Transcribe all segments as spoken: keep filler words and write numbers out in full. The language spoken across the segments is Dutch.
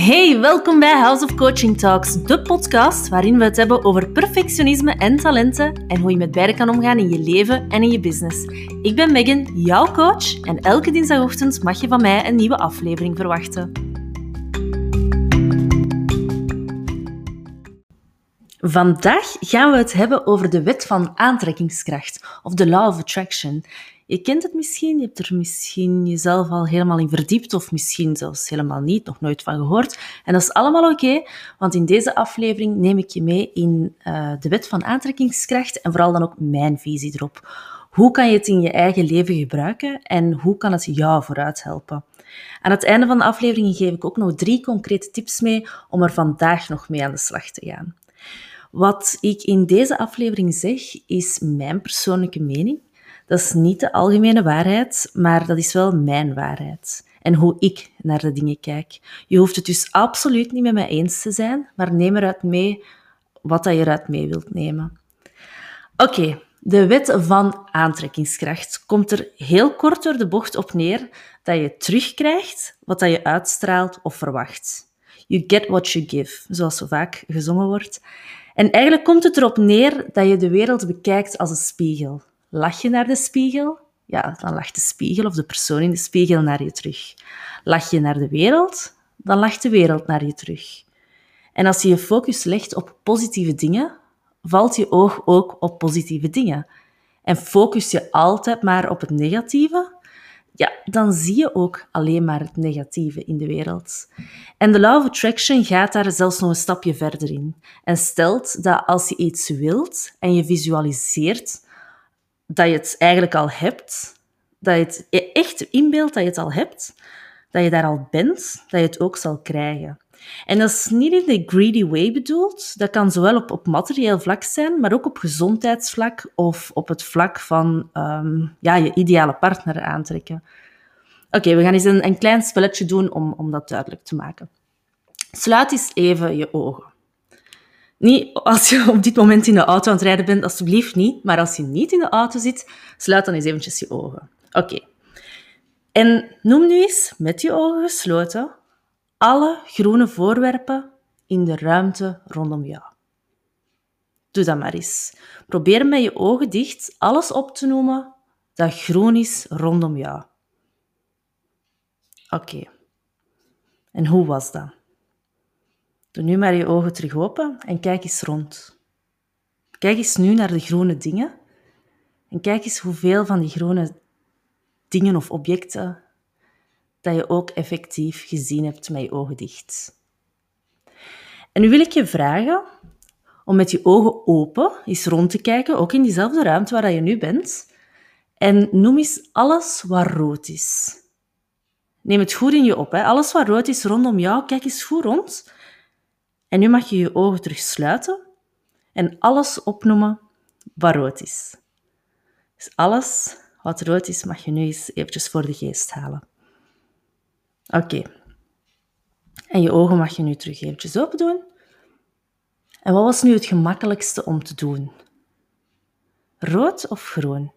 Hey, welkom bij House of Coaching Talks, de podcast waarin we het hebben over perfectionisme en talenten en hoe je met beide kan omgaan in je leven en in je business. Ik ben Megan, jouw coach, en elke dinsdagochtend mag je van mij een nieuwe aflevering verwachten. Vandaag gaan we het hebben over de wet van aantrekkingskracht, of de Law of Attraction. Je kent het misschien, je hebt er misschien jezelf al helemaal in verdiept, of misschien zelfs helemaal niet, nog nooit van gehoord. En dat is allemaal oké, okay, want in deze aflevering neem ik je mee in uh, de wet van aantrekkingskracht en vooral dan ook mijn visie erop. Hoe kan je het in je eigen leven gebruiken en hoe kan het jou vooruit helpen? Aan het einde van de aflevering geef ik ook nog drie concrete tips mee om er vandaag nog mee aan de slag te gaan. Wat ik in deze aflevering zeg, is mijn persoonlijke mening. Dat is niet de algemene waarheid, maar dat is wel mijn waarheid. En hoe ik naar de dingen kijk. Je hoeft het dus absoluut niet met mij eens te zijn, maar neem eruit mee wat je eruit mee wilt nemen. Oké, okay, de wet van aantrekkingskracht komt er heel kort door de bocht op neer dat je terugkrijgt wat je uitstraalt of verwacht. You get what you give, zoals zo vaak gezongen wordt. En eigenlijk komt het erop neer dat je de wereld bekijkt als een spiegel. Lach je naar de spiegel? Ja, dan lacht de spiegel of de persoon in de spiegel naar je terug. Lach je naar de wereld? Dan lacht de wereld naar je terug. En als je je focus legt op positieve dingen, valt je oog ook op positieve dingen. En focus je altijd maar op het negatieve, ja, dan zie je ook alleen maar het negatieve in de wereld. En de Law of Attraction gaat daar zelfs nog een stapje verder in. En stelt dat als je iets wilt en je visualiseert dat je het eigenlijk al hebt, dat je het je echt inbeeldt dat je het al hebt, dat je daar al bent, dat je het ook zal krijgen. En dat is niet in de greedy way bedoeld. Dat kan zowel op, op materieel vlak zijn, maar ook op gezondheidsvlak of op het vlak van um, ja, je ideale partner aantrekken. Oké, okay, we gaan eens een, een klein spelletje doen om, om dat duidelijk te maken. Sluit eens even je ogen. Niet als je op dit moment in de auto aan het rijden bent, alsjeblieft niet. Maar als je niet in de auto zit, sluit dan eens eventjes je ogen. Oké. Okay. En noem nu eens, met je ogen gesloten, alle groene voorwerpen in de ruimte rondom jou. Doe dat maar eens. Probeer met je ogen dicht alles op te noemen dat groen is rondom jou. Oké. Okay. En hoe was dat? Doe nu maar je ogen terug open en kijk eens rond. Kijk eens nu naar de groene dingen en kijk eens hoeveel van die groene dingen of objecten dat je ook effectief gezien hebt met je ogen dicht. En nu wil ik je vragen om met je ogen open eens rond te kijken, ook in diezelfde ruimte waar je nu bent, en noem eens alles wat rood is. Neem het goed in je op, hè. Alles wat rood is rondom jou, kijk eens goed rond. En nu mag je je ogen terug sluiten en alles opnoemen wat rood is. Dus alles wat rood is, mag je nu eens eventjes voor de geest halen. Oké. Okay. En je ogen mag je nu terug eventjes open doen. En wat was nu het gemakkelijkste om te doen? Rood of groen?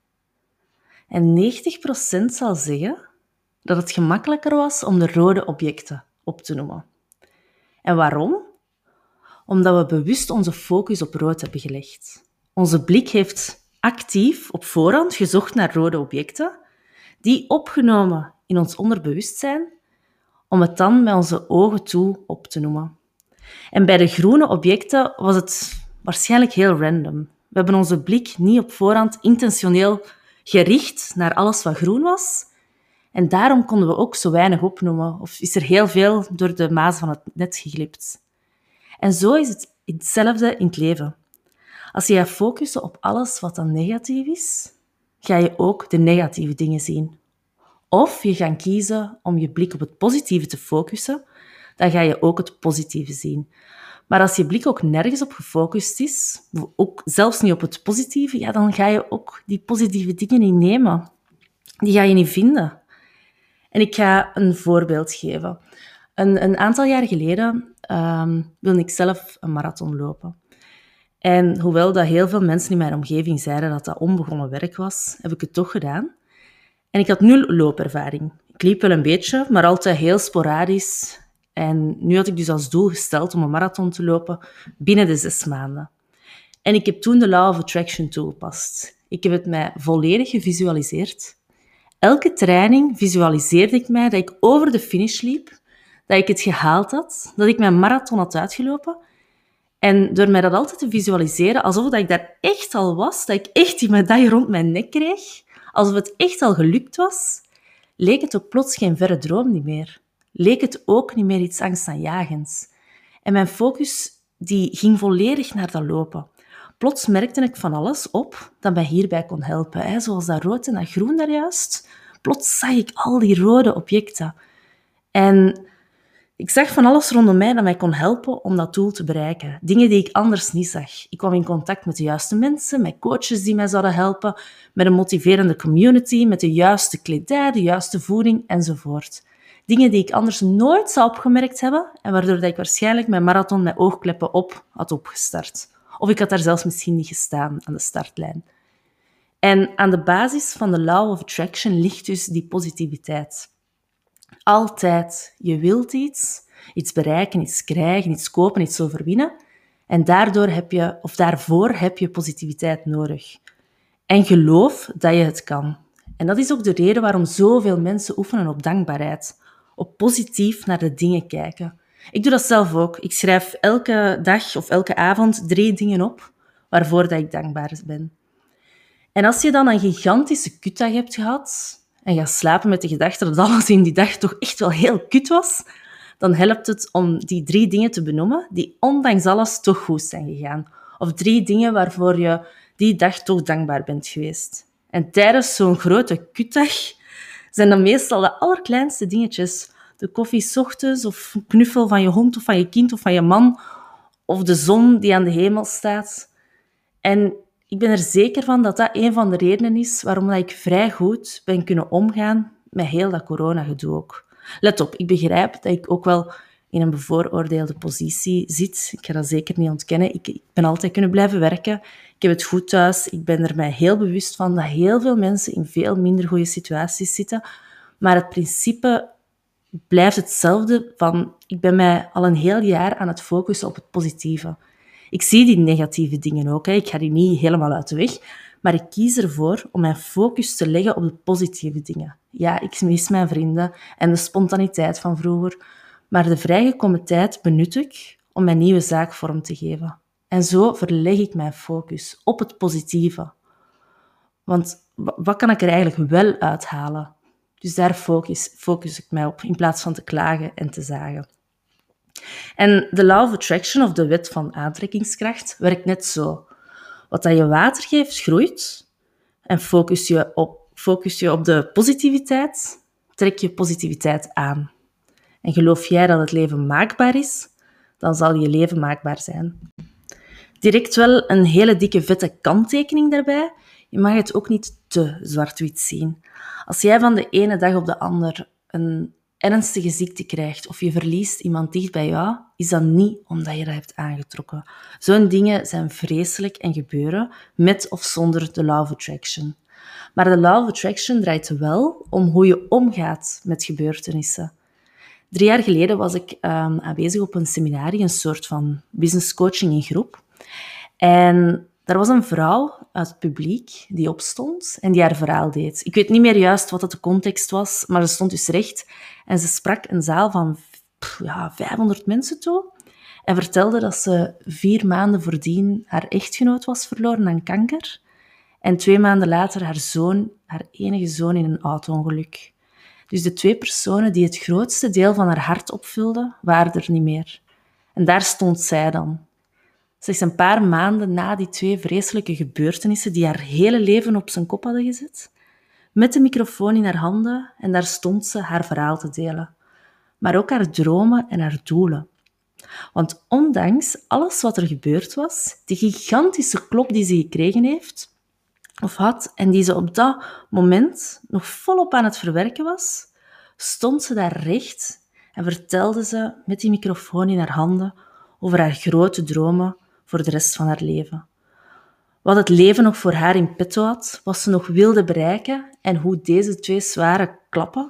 En negentig procent zal zeggen dat het gemakkelijker was om de rode objecten op te noemen. En waarom? Omdat we bewust onze focus op rood hebben gelegd. Onze blik heeft actief op voorhand gezocht naar rode objecten, die opgenomen in ons onderbewustzijn, om het dan met onze ogen toe op te noemen. En bij de groene objecten was het waarschijnlijk heel random. We hebben onze blik niet op voorhand intentioneel gericht naar alles wat groen was. En daarom konden we ook zo weinig opnoemen, of is er heel veel door de maas van het net geglipt. En zo is het hetzelfde in het leven. Als je gaat focussen op alles wat dan negatief is, ga je ook de negatieve dingen zien. Of je gaat kiezen om je blik op het positieve te focussen, dan ga je ook het positieve zien. Maar als je blik ook nergens op gefocust is, ook zelfs niet op het positieve, ja, dan ga je ook die positieve dingen niet nemen. Die ga je niet vinden. En ik ga een voorbeeld geven. Een, een aantal jaar geleden um, wilde ik zelf een marathon lopen. En hoewel dat heel veel mensen in mijn omgeving zeiden dat dat onbegonnen werk was, heb ik het toch gedaan. En ik had nul loopervaring. Ik liep wel een beetje, maar altijd heel sporadisch. En nu had ik dus als doel gesteld om een marathon te lopen binnen de zes maanden. En ik heb toen de Law of Attraction toegepast. Ik heb het mij volledig gevisualiseerd. Elke training visualiseerde ik mij dat ik over de finish liep, dat ik het gehaald had, dat ik mijn marathon had uitgelopen. En door mij dat altijd te visualiseren, alsof dat ik daar echt al was, dat ik echt die medaille rond mijn nek kreeg, alsof het echt al gelukt was, leek het ook plots geen verre droom niet meer. Leek het ook niet meer iets angstaanjagends. En mijn focus die ging volledig naar dat lopen. Plots merkte ik van alles op dat mij hierbij kon helpen, hè, zoals dat rood en dat groen daarjuist. Plots zag ik al die rode objecten. En ik zag van alles rondom mij dat mij kon helpen om dat doel te bereiken. Dingen die ik anders niet zag. Ik kwam in contact met de juiste mensen, met coaches die mij zouden helpen, met een motiverende community, met de juiste kledij, de juiste voeding enzovoort. Dingen die ik anders nooit zou opgemerkt hebben en waardoor dat ik waarschijnlijk mijn marathon met oogkleppen op had opgestart. Of ik had daar zelfs misschien niet gestaan aan de startlijn. En aan de basis van de Law of Attraction ligt dus die positiviteit. Altijd, je wilt iets, iets bereiken, iets krijgen, iets kopen, iets overwinnen. En daardoor heb je, of daarvoor heb je positiviteit nodig. En geloof dat je het kan. En dat is ook de reden waarom zoveel mensen oefenen op dankbaarheid. Op positief naar de dingen kijken. Ik doe dat zelf ook. Ik schrijf elke dag of elke avond drie dingen op waarvoor dat ik dankbaar ben. En als je dan een gigantische kutdag hebt gehad en gaat slapen met de gedachte dat alles in die dag toch echt wel heel kut was, dan helpt het om die drie dingen te benoemen die ondanks alles toch goed zijn gegaan. Of drie dingen waarvoor je die dag toch dankbaar bent geweest. En tijdens zo'n grote kutdag zijn dan meestal de allerkleinste dingetjes. De koffie 's ochtends, of een knuffel van je hond of van je kind of van je man, of de zon die aan de hemel staat. En ik ben er zeker van dat dat een van de redenen is waarom ik vrij goed ben kunnen omgaan met heel dat coronagedoe ook. Let op, ik begrijp dat ik ook wel in een bevooroordeelde positie zit. Ik ga dat zeker niet ontkennen. Ik, ik ben altijd kunnen blijven werken. Ik heb het goed thuis. Ik ben er mij heel bewust van dat heel veel mensen in veel minder goede situaties zitten. Maar het principe blijft hetzelfde van, ik ben mij al een heel jaar aan het focussen op het positieve. Ik zie die negatieve dingen ook. Hè. Ik ga die niet helemaal uit de weg. Maar ik kies ervoor om mijn focus te leggen op de positieve dingen. Ja, ik mis mijn vrienden en de spontaniteit van vroeger. Maar de vrijgekomen tijd benut ik om mijn nieuwe zaak vorm te geven. En zo verleg ik mijn focus op het positieve. Want wat kan ik er eigenlijk wel uithalen? Dus daar focus, focus ik mij op, in plaats van te klagen en te zagen. En de Law of Attraction, of de wet van aantrekkingskracht, werkt net zo. Wat dat je water geeft, groeit. En focus je op, focus je op de positiviteit, trek je positiviteit aan. En geloof jij dat het leven maakbaar is, dan zal je leven maakbaar zijn. Direct wel een hele dikke vette kanttekening daarbij. Je mag het ook niet te zwart-wit zien. Als jij van de ene dag op de ander een ernstige ziekte krijgt of je verliest iemand dicht bij jou, is dat niet omdat je dat hebt aangetrokken. Zo'n dingen zijn vreselijk en gebeuren met of zonder de Law of Attraction. Maar de Law of Attraction draait wel om hoe je omgaat met gebeurtenissen. Drie jaar geleden was ik um, aanwezig op een seminarie, een soort van business coaching in groep. En er was een vrouw uit het publiek die opstond en die haar verhaal deed. Ik weet niet meer juist wat dat de context was, maar ze stond dus recht en ze sprak een zaal van pff, ja, vijfhonderd mensen toe en vertelde dat ze vier maanden voordien haar echtgenoot was verloren aan kanker en twee maanden later haar zoon, haar enige zoon, in een auto-ongeluk. Dus de twee personen die het grootste deel van haar hart opvulden, waren er niet meer. En daar stond zij dan. Slechts een paar maanden na die twee vreselijke gebeurtenissen die haar hele leven op zijn kop hadden gezet, met de microfoon in haar handen, en daar stond ze haar verhaal te delen. Maar ook haar dromen en haar doelen. Want ondanks alles wat er gebeurd was, die gigantische klop die ze gekregen heeft, of had, en die ze op dat moment nog volop aan het verwerken was, stond ze daar recht en vertelde ze met die microfoon in haar handen over haar grote dromen voor de rest van haar leven. Wat het leven nog voor haar in petto had, wat ze nog wilde bereiken en hoe deze twee zware klappen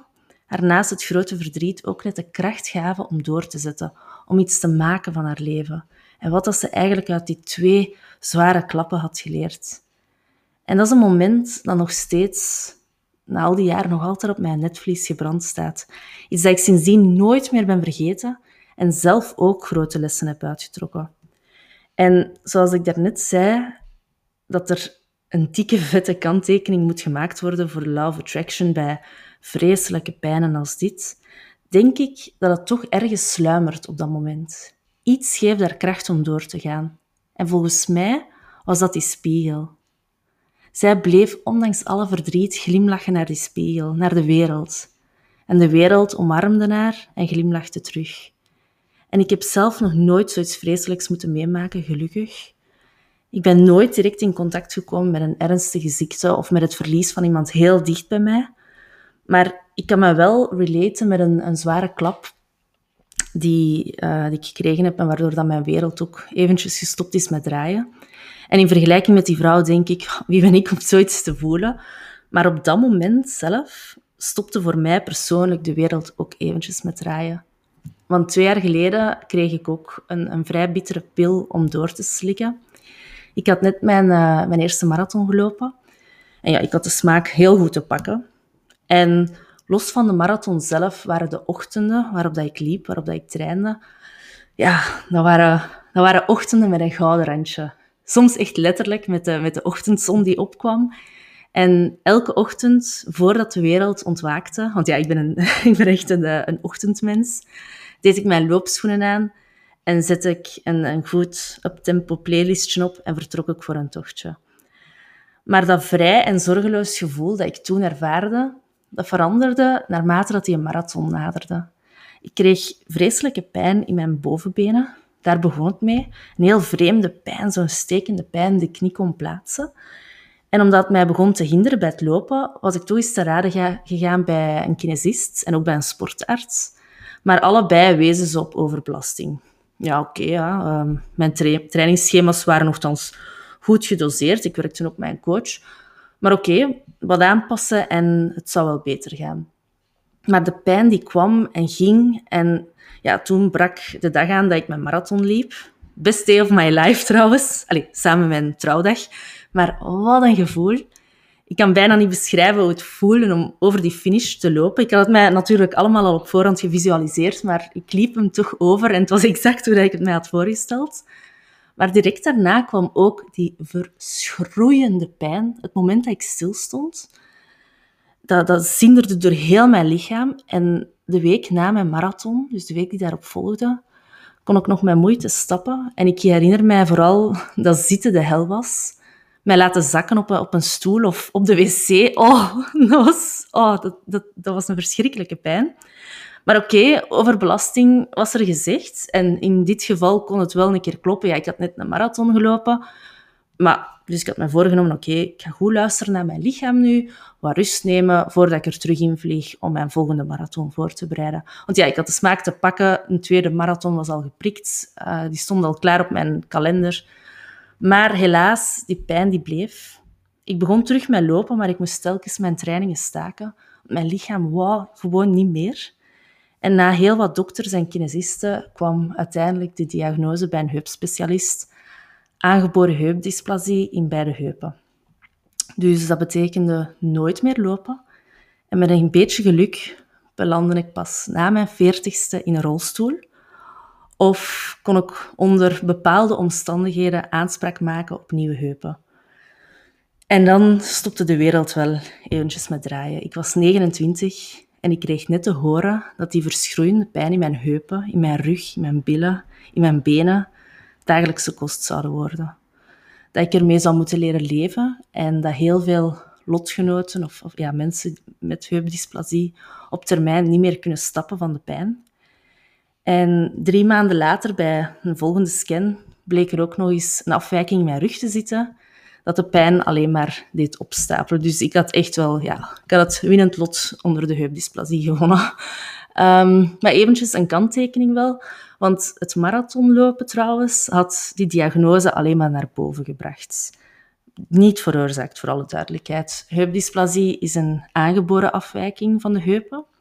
haar naast het grote verdriet ook net de kracht gaven om door te zetten, om iets te maken van haar leven. En wat dat ze eigenlijk uit die twee zware klappen had geleerd. En dat is een moment dat nog steeds, na al die jaren, nog altijd op mijn netvlies gebrand staat. Iets dat ik sindsdien nooit meer ben vergeten en zelf ook grote lessen heb uitgetrokken. En zoals ik daarnet zei, dat er een dikke, vette kanttekening moet gemaakt worden voor Law of Attraction bij vreselijke pijnen als dit, denk ik dat het toch ergens sluimert op dat moment. Iets geeft haar kracht om door te gaan. En volgens mij was dat die spiegel. Zij bleef ondanks alle verdriet glimlachen naar die spiegel, naar de wereld. En de wereld omarmde haar en glimlachte terug. En ik heb zelf nog nooit zoiets vreselijks moeten meemaken, gelukkig. Ik ben nooit direct in contact gekomen met een ernstige ziekte of met het verlies van iemand heel dicht bij mij. Maar ik kan me wel relaten met een, een zware klap die, uh, die ik gekregen heb en waardoor dat mijn wereld ook eventjes gestopt is met draaien. En in vergelijking met die vrouw denk ik, wie ben ik om zoiets te voelen? Maar op dat moment zelf stopte voor mij persoonlijk de wereld ook eventjes met draaien. Want twee jaar geleden kreeg ik ook een, een vrij bittere pil om door te slikken. Ik had net mijn, uh, mijn eerste marathon gelopen. En ja, ik had de smaak heel goed te pakken. En los van de marathon zelf waren de ochtenden waarop dat ik liep, waarop dat ik trainde, ja, dat waren, dat waren ochtenden met een gouden randje. Soms echt letterlijk met de, met de ochtendzon die opkwam. En elke ochtend, voordat de wereld ontwaakte, want ja, ik ben, een, ik ben echt een, een ochtendmens, deed ik mijn loopschoenen aan en zette ik een, een goed up-tempo playlistje op en vertrok ik voor een tochtje. Maar dat vrij en zorgeloos gevoel dat ik toen ervaarde, dat veranderde naarmate dat die een marathon naderde. Ik kreeg vreselijke pijn in mijn bovenbenen. Daar begon het mee. Een heel vreemde pijn, zo'n stekende pijn die ik niet kon plaatsen. En omdat het mij begon te hinderen bij het lopen, was ik toch eens te raden gegaan bij een kinesist en ook bij een sportarts. Maar allebei wezen ze op overbelasting. Ja, oké. Okay, ja. um, mijn tra- trainingsschema's waren nogthans goed gedoseerd. Ik werkte ook met een coach. Maar oké, okay, wat aanpassen en het zou wel beter gaan. Maar de pijn die kwam en ging. En ja, toen brak de dag aan dat ik mijn marathon liep. Best day of my life trouwens. Allee, samen met mijn trouwdag. Maar wat een gevoel. Ik kan bijna niet beschrijven hoe het voelde om over die finish te lopen. Ik had het mij natuurlijk allemaal al op voorhand gevisualiseerd, maar ik liep hem toch over en het was exact hoe ik het mij had voorgesteld. Maar direct daarna kwam ook die verschroeiende pijn. Het moment dat ik stilstond, dat, dat zinderde door heel mijn lichaam. En de week na mijn marathon, dus de week die daarop volgde, kon ik nog met moeite stappen. En ik herinner mij vooral dat zitten de hel was. Mij laten zakken op een, op een stoel of op de wc. Oh, dat was, oh, dat, dat, dat was een verschrikkelijke pijn. Maar oké, okay, overbelasting was er gezegd. En in dit geval kon het wel een keer kloppen. Ja, ik had net een marathon gelopen. Maar, dus ik had me voorgenomen, oké, okay, ik ga goed luisteren naar mijn lichaam nu. Wat rust nemen voordat ik er terug in vlieg om mijn volgende marathon voor te bereiden. Want ja, ik had de smaak te pakken. Een tweede marathon was al geprikt. Uh, die stond al klaar op mijn kalender. Maar helaas, die pijn die bleef. Ik begon terug met lopen, maar ik moest telkens mijn trainingen staken. Mijn lichaam wou gewoon niet meer. En na heel wat dokters en kinesisten kwam uiteindelijk de diagnose bij een heupspecialist. Aangeboren heupdysplasie in beide heupen. Dus dat betekende nooit meer lopen. En met een beetje geluk belandde ik pas na mijn veertigste in een rolstoel. Of kon ik onder bepaalde omstandigheden aanspraak maken op nieuwe heupen. En dan stopte de wereld wel eventjes met draaien. Ik was negenentwintig en ik kreeg net te horen dat die verschroeiende pijn in mijn heupen, in mijn rug, in mijn billen, in mijn benen dagelijkse kost zouden worden. Dat ik ermee zou moeten leren leven en dat heel veel lotgenoten of, of ja, mensen met heupdysplasie op termijn niet meer kunnen stappen van de pijn. En drie maanden later, bij een volgende scan, bleek er ook nog eens een afwijking in mijn rug te zitten, dat de pijn alleen maar deed opstapelen. Dus ik had echt wel, ja, ik had het winnend lot onder de heupdysplasie gewonnen. Um, maar eventjes een kanttekening wel, want het marathonlopen trouwens had die diagnose alleen maar naar boven gebracht. Niet veroorzaakt, voor alle duidelijkheid. Heupdysplasie is een aangeboren afwijking van de heupen.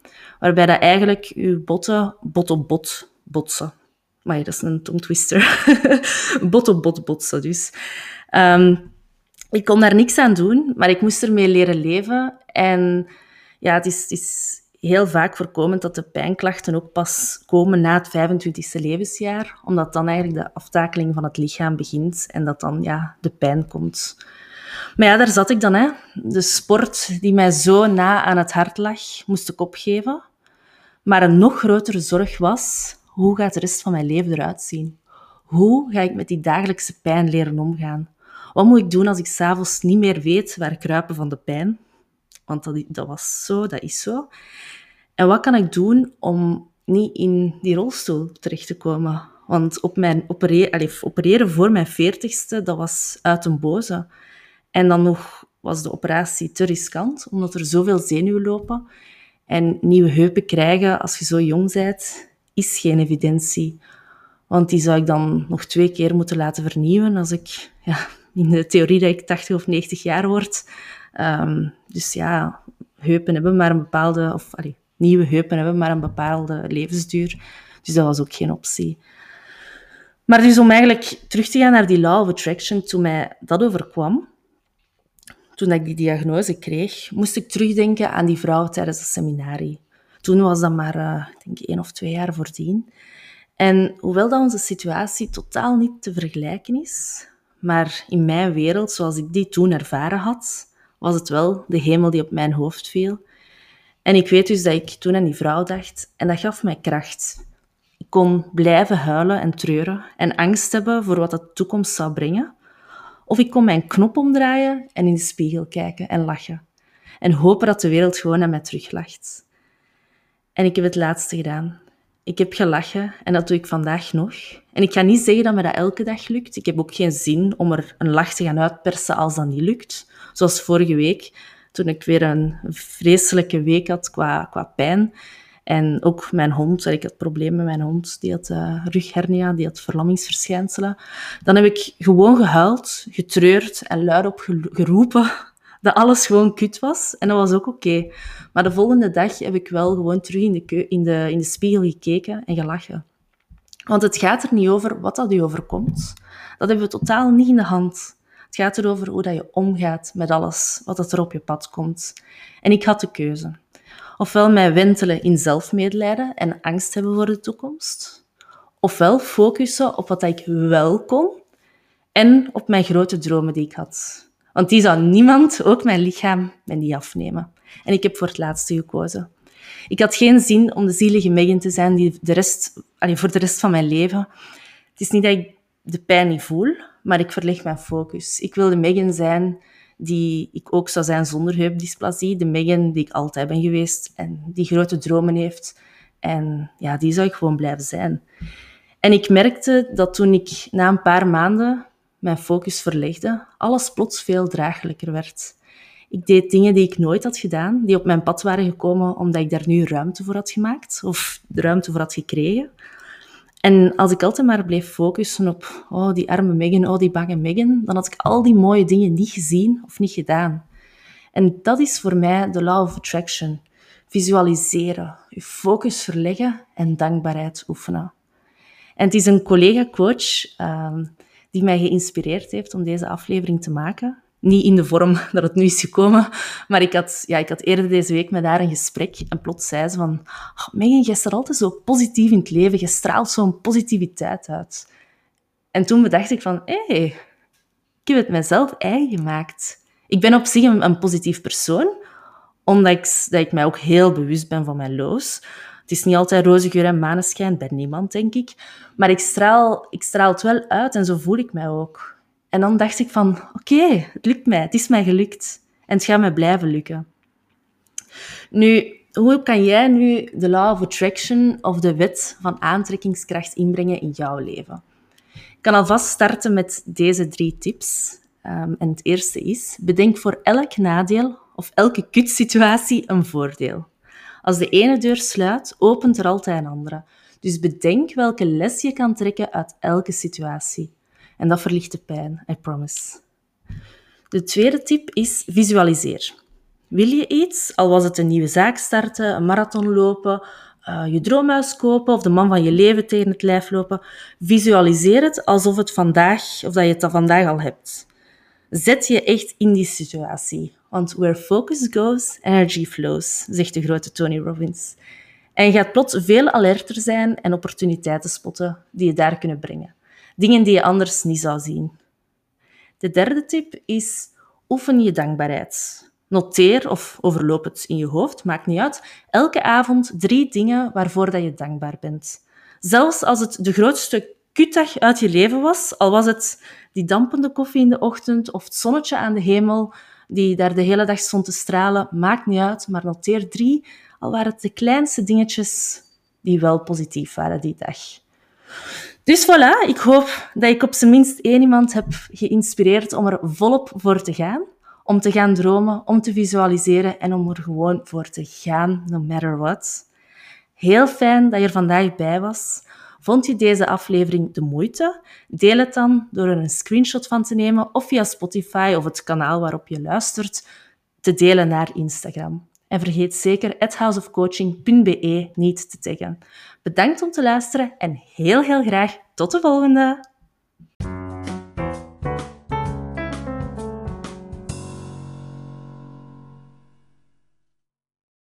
waarbij dat eigenlijk je botten bot op bot botsen. Maar dat is een tongtwister. Bot op bot botsen dus. Um, ik kon daar niks aan doen, maar ik moest ermee leren leven. En ja, het is, het is heel vaak voorkomend dat de pijnklachten ook pas komen na het vijfentwintigste levensjaar, omdat dan eigenlijk de aftakeling van het lichaam begint en dat dan ja, de pijn komt. Maar ja, daar zat ik dan. Hè. De sport die mij zo na aan het hart lag, moest ik opgeven. Maar een nog grotere zorg was, hoe gaat de rest van mijn leven eruit zien? Hoe ga ik met die dagelijkse pijn leren omgaan? Wat moet ik doen als ik 's avonds niet meer weet waar kruipen van de pijn? Want dat, dat was zo, dat is zo. En wat kan ik doen om niet in die rolstoel terecht te komen? Want op mijn opereren, allez, opereren voor mijn veertigste, dat was uit een boze. En dan nog was de operatie te riskant, omdat er zoveel zenuwen lopen. En nieuwe heupen krijgen als je zo jong bent, is geen evidentie. Want die zou ik dan nog twee keer moeten laten vernieuwen als ik ja, in de theorie dat ik tachtig of negentig jaar word. Um, dus ja, heupen hebben maar een bepaalde... Of, allee, nieuwe heupen hebben maar een bepaalde levensduur. Dus dat was ook geen optie. Maar dus om eigenlijk terug te gaan naar die law of attraction, toen mij dat overkwam, toen ik die diagnose kreeg, moest ik terugdenken aan die vrouw tijdens het seminarie. Toen was dat maar, uh, ik denk, één of twee jaar voordien. En hoewel dat onze situatie totaal niet te vergelijken is, maar in mijn wereld, zoals ik die toen ervaren had, was het wel de hemel die op mijn hoofd viel. En ik weet dus dat ik toen aan die vrouw dacht, en dat gaf mij kracht. Ik kon blijven huilen en treuren en angst hebben voor wat de toekomst zou brengen. Of ik kon mijn knop omdraaien en in de spiegel kijken en lachen. En hopen dat de wereld gewoon naar mij teruglacht. En ik heb het laatste gedaan. Ik heb gelachen en dat doe ik vandaag nog. En ik ga niet zeggen dat me dat elke dag lukt. Ik heb ook geen zin om er een lach te gaan uitpersen als dat niet lukt. Zoals vorige week, toen ik weer een vreselijke week had qua, qua pijn. En ook mijn hond, ik had problemen met mijn hond, die had uh, rughernia, die had verlammingsverschijnselen. Dan heb ik gewoon gehuild, getreurd en luidop geroepen dat alles gewoon kut was. En dat was ook oké. Okay. Maar de volgende dag heb ik wel gewoon terug in de, keu- in, de, in de spiegel gekeken en gelachen. Want het gaat er niet over wat dat u overkomt. Dat hebben we totaal niet in de hand. Het gaat erover hoe dat je omgaat met alles wat dat er op je pad komt. En ik had de keuze. Ofwel mij wentelen in zelfmedelijden en angst hebben voor de toekomst. Ofwel focussen op wat ik wel kon en op mijn grote dromen die ik had. Want die zou niemand, ook mijn lichaam, mij niet afnemen. En ik heb voor het laatste gekozen. Ik had geen zin om de zielige Megan te zijn die de rest, allez, voor de rest van mijn leven. Het is niet dat ik de pijn niet voel, maar ik verleg mijn focus. Ik wil de Megan zijn die ik ook zou zijn zonder heupdysplasie. De Megan die ik altijd ben geweest en die grote dromen heeft. En ja, die zou ik gewoon blijven zijn. En ik merkte dat toen ik na een paar maanden mijn focus verlegde, alles plots veel draaglijker werd. Ik deed dingen die ik nooit had gedaan, die op mijn pad waren gekomen omdat ik daar nu ruimte voor had gemaakt of de ruimte voor had gekregen. En als ik altijd maar bleef focussen op oh, die arme Megan, oh, die bange Megan, dan had ik al die mooie dingen niet gezien of niet gedaan. En dat is voor mij de law of attraction. Visualiseren, je focus verleggen en dankbaarheid oefenen. En het is een collega-coach um, die mij geïnspireerd heeft om deze aflevering te maken. Niet in de vorm dat het nu is gekomen, maar ik had, ja, ik had eerder deze week met haar een gesprek en plots zei ze van oh, Megan, jij staat altijd zo positief in het leven, je straalt zo'n positiviteit uit. En toen bedacht ik van, hé, hey, ik heb het mezelf eigen gemaakt. Ik ben op zich een, een positief persoon, omdat ik, dat ik mij ook heel bewust ben van mijn lows. Het is niet altijd roze geur en maneschijn, bij niemand, denk ik. Maar ik straal, ik straal het wel uit en zo voel ik mij ook. En dan dacht ik van, oké, okay, het lukt mij, het is mij gelukt. En het gaat mij blijven lukken. Nu, hoe kan jij nu de law of attraction of de wet van aantrekkingskracht inbrengen in jouw leven? Ik kan alvast starten met deze drie tips. Um, en het eerste is, bedenk voor elk nadeel of elke kutsituatie een voordeel. Als de ene deur sluit, opent er altijd een andere. Dus bedenk welke les je kan trekken uit elke situatie. En dat verlicht de pijn, I promise. De tweede tip is visualiseer. Wil je iets, al was het een nieuwe zaak starten, een marathon lopen, uh, je droomhuis kopen of de man van je leven tegen het lijf lopen, visualiseer het alsof het vandaag, of dat je het al vandaag al hebt. Zet je echt in die situatie. Want where focus goes, energy flows, zegt de grote Tony Robbins. En je gaat plots veel alerter zijn en opportuniteiten spotten die je daar kunnen brengen. Dingen die je anders niet zou zien. De derde tip is, oefen je dankbaarheid. Noteer of overloop het in je hoofd, maakt niet uit. Elke avond drie dingen waarvoor dat je dankbaar bent. Zelfs als het de grootste kutdag uit je leven was, al was het die dampende koffie in de ochtend of het zonnetje aan de hemel die daar de hele dag stond te stralen, maakt niet uit, maar noteer drie, al waren het de kleinste dingetjes die wel positief waren die dag. Dus voilà, ik hoop dat ik op zijn minst één iemand heb geïnspireerd om er volop voor te gaan, om te gaan dromen, om te visualiseren en om er gewoon voor te gaan, no matter what. Heel fijn dat je er vandaag bij was. Vond je deze aflevering de moeite? Deel het dan door er een screenshot van te nemen of via Spotify of het kanaal waarop je luistert te delen naar Instagram. En vergeet zeker at houseofcoaching punt be niet te taggen. Bedankt om te luisteren en heel heel graag tot de volgende!